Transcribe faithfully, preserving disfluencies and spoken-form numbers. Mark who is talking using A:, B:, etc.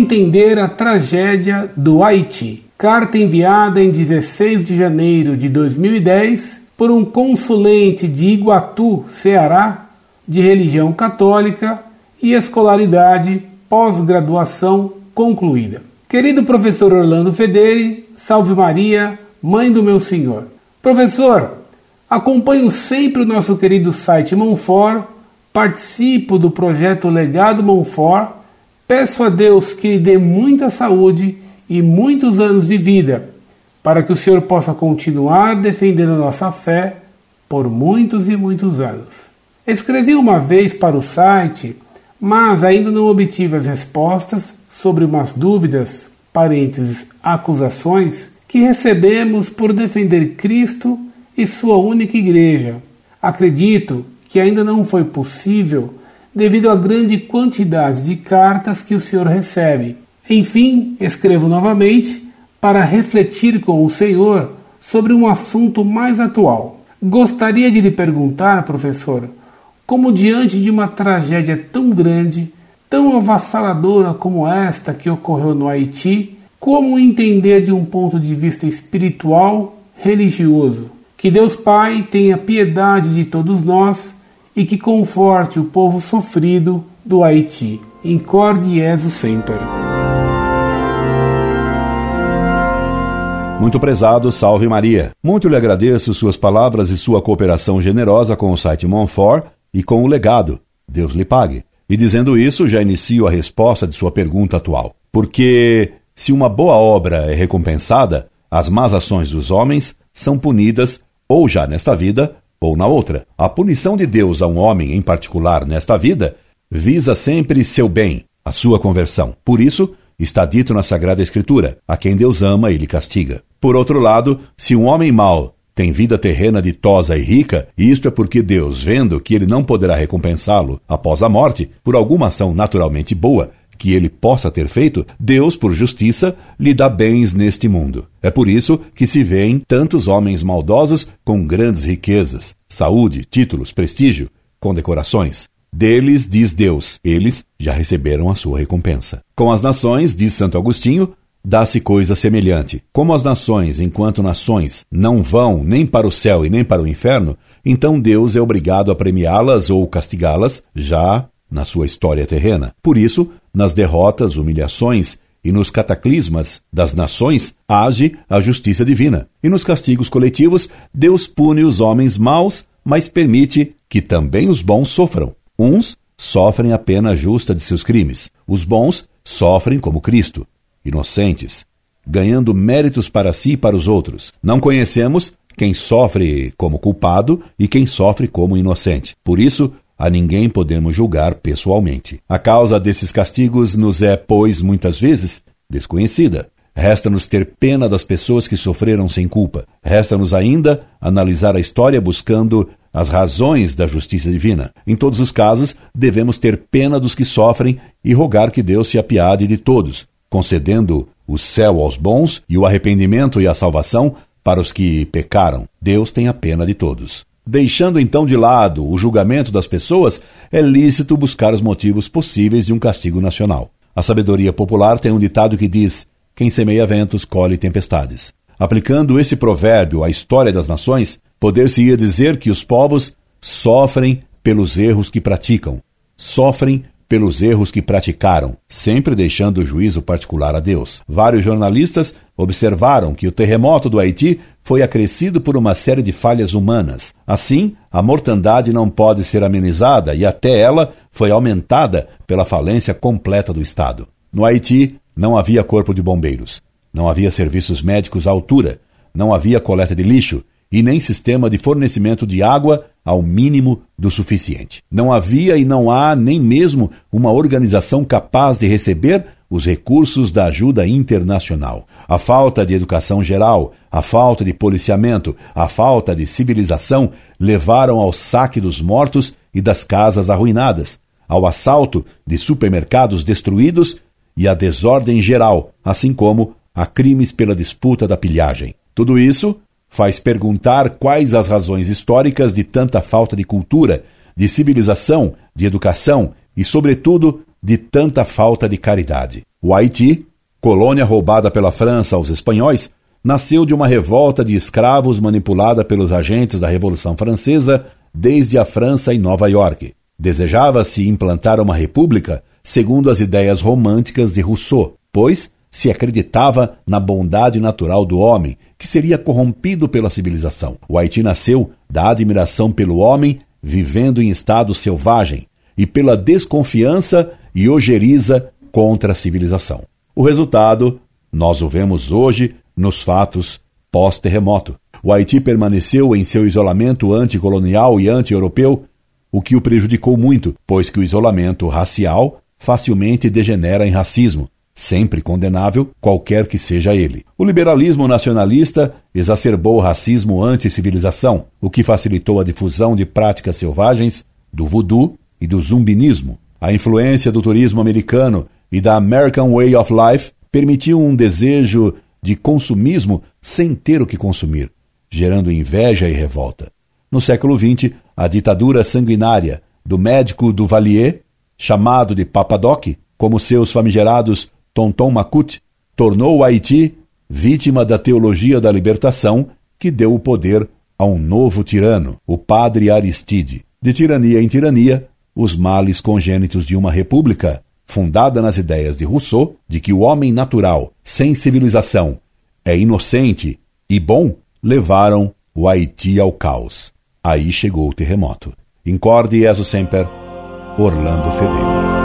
A: entender a tragédia do Haiti. Carta enviada em dezesseis de janeiro de dois mil e dez por um consulente de Iguatu, Ceará, de religião católica e escolaridade pós-graduação concluída. Querido professor Orlando Fedeli, salve Maria, mãe do meu Senhor. Professor, acompanho sempre o nosso querido site Monfort, participo do projeto Legado Monfort, peço a Deus que lhe dê muita saúde e muitos anos de vida, para que o Senhor possa continuar defendendo a nossa fé por muitos e muitos anos. Escrevi uma vez para o site, mas ainda não obtive as respostas sobre umas dúvidas, parênteses, acusações, que recebemos por defender Cristo e sua única igreja. Acredito que ainda não foi possível devido à grande quantidade de cartas que o Senhor recebe. Enfim, escrevo novamente para refletir com o Senhor sobre um assunto mais atual. Gostaria de lhe perguntar, professor, como diante de uma tragédia tão grande, tão avassaladora como esta que ocorreu no Haiti, como entender de um ponto de vista espiritual, religioso? Que Deus Pai tenha piedade de todos nós e que conforte o povo sofrido do Haiti. Incorde Jesus Semper.
B: Muito prezado, salve Maria. Muito lhe agradeço suas palavras e sua cooperação generosa com o site Monfort e com o legado. Deus lhe pague. E dizendo isso, já inicio a resposta de sua pergunta atual. Porque se uma boa obra é recompensada, as más ações dos homens são punidas ou já nesta vida ou na outra. A punição de Deus a um homem em particular nesta vida visa sempre seu bem, a sua conversão. Por isso, está dito na Sagrada Escritura, a quem Deus ama, ele castiga. Por outro lado, se um homem mau tem vida terrena ditosa e rica, isto é porque Deus, vendo que ele não poderá recompensá-lo após a morte, por alguma ação naturalmente boa que ele possa ter feito, Deus, por justiça, lhe dá bens neste mundo. É por isso que se vêem tantos homens maldosos com grandes riquezas, saúde, títulos, prestígio, condecorações. Deles, diz Deus, eles já receberam a sua recompensa. Com as nações, diz Santo Agostinho, dá-se coisa semelhante. Como as nações, enquanto nações, não vão nem para o céu e nem para o inferno, então Deus é obrigado a premiá-las ou castigá-las já na sua história terrena. Por isso, nas derrotas, humilhações e nos cataclismas das nações, age a justiça divina. E nos castigos coletivos, Deus pune os homens maus, mas permite que também os bons sofram. Uns sofrem a pena justa de seus crimes. Os bons sofrem como Cristo, inocentes, ganhando méritos para si e para os outros. Não conhecemos quem sofre como culpado e quem sofre como inocente. Por isso, a ninguém podemos julgar pessoalmente. A causa desses castigos nos é, pois, muitas vezes, desconhecida. Resta-nos ter pena das pessoas que sofreram sem culpa. Resta-nos ainda analisar a história buscando as razões da justiça divina. Em todos os casos, devemos ter pena dos que sofrem e rogar que Deus se apiade de todos, concedendo o céu aos bons e o arrependimento e a salvação para os que pecaram. Deus tem a pena de todos. Deixando então de lado o julgamento das pessoas, é lícito buscar os motivos possíveis de um castigo nacional. A sabedoria popular tem um ditado que diz: quem semeia ventos, colhe tempestades. Aplicando esse provérbio à história das nações, poder-se-ia dizer que os povos sofrem pelos erros que praticam, sofrem pelos erros que praticaram, sempre deixando o juízo particular a Deus. Vários jornalistas observaram que o terremoto do Haiti foi acrescido por uma série de falhas humanas. Assim, a mortandade não pode ser amenizada e até ela foi aumentada pela falência completa do Estado. No Haiti, não havia corpo de bombeiros, não havia serviços médicos à altura, não havia coleta de lixo e nem sistema de fornecimento de água ao mínimo do suficiente. Não havia e não há nem mesmo uma organização capaz de receber os recursos da ajuda internacional. A falta de educação geral, a falta de policiamento, a falta de civilização levaram ao saque dos mortos e das casas arruinadas, ao assalto de supermercados destruídos e à desordem geral, assim como a crimes pela disputa da pilhagem. Tudo isso faz perguntar quais as razões históricas de tanta falta de cultura, de civilização, de educação e, sobretudo, de tanta falta de caridade. O Haiti, colônia roubada pela França aos espanhóis, nasceu de uma revolta de escravos manipulada pelos agentes da Revolução Francesa desde a França e Nova York. Desejava-se implantar uma república segundo as ideias românticas de Rousseau, pois se acreditava na bondade natural do homem, que seria corrompido pela civilização. O Haiti nasceu da admiração pelo homem vivendo em estado selvagem e pela desconfiança e ojeriza contra a civilização. O resultado, nós o vemos hoje nos fatos pós-terremoto. O Haiti permaneceu em seu isolamento anticolonial e anti-europeu, o que o prejudicou muito, pois que o isolamento racial facilmente degenera em racismo, sempre condenável, qualquer que seja ele. O liberalismo nacionalista exacerbou o racismo anti-civilização, o que facilitou a difusão de práticas selvagens, do voodoo e do zumbinismo. A influência do turismo americano e da American Way of Life permitiu um desejo de consumismo sem ter o que consumir, gerando inveja e revolta. No século vinte, a ditadura sanguinária do médico Duvalier, chamado de Papa Doc, como seus famigerados Tonton Macoute, tornou o Haiti vítima da teologia da libertação que deu o poder a um novo tirano, o padre Aristide. De tirania em tirania, os males congênitos de uma república, fundada nas ideias de Rousseau, de que o homem natural, sem civilização, é inocente e bom, levaram o Haiti ao caos. Aí chegou o terremoto. Incorde Jesus Semper, Orlando Fedeli.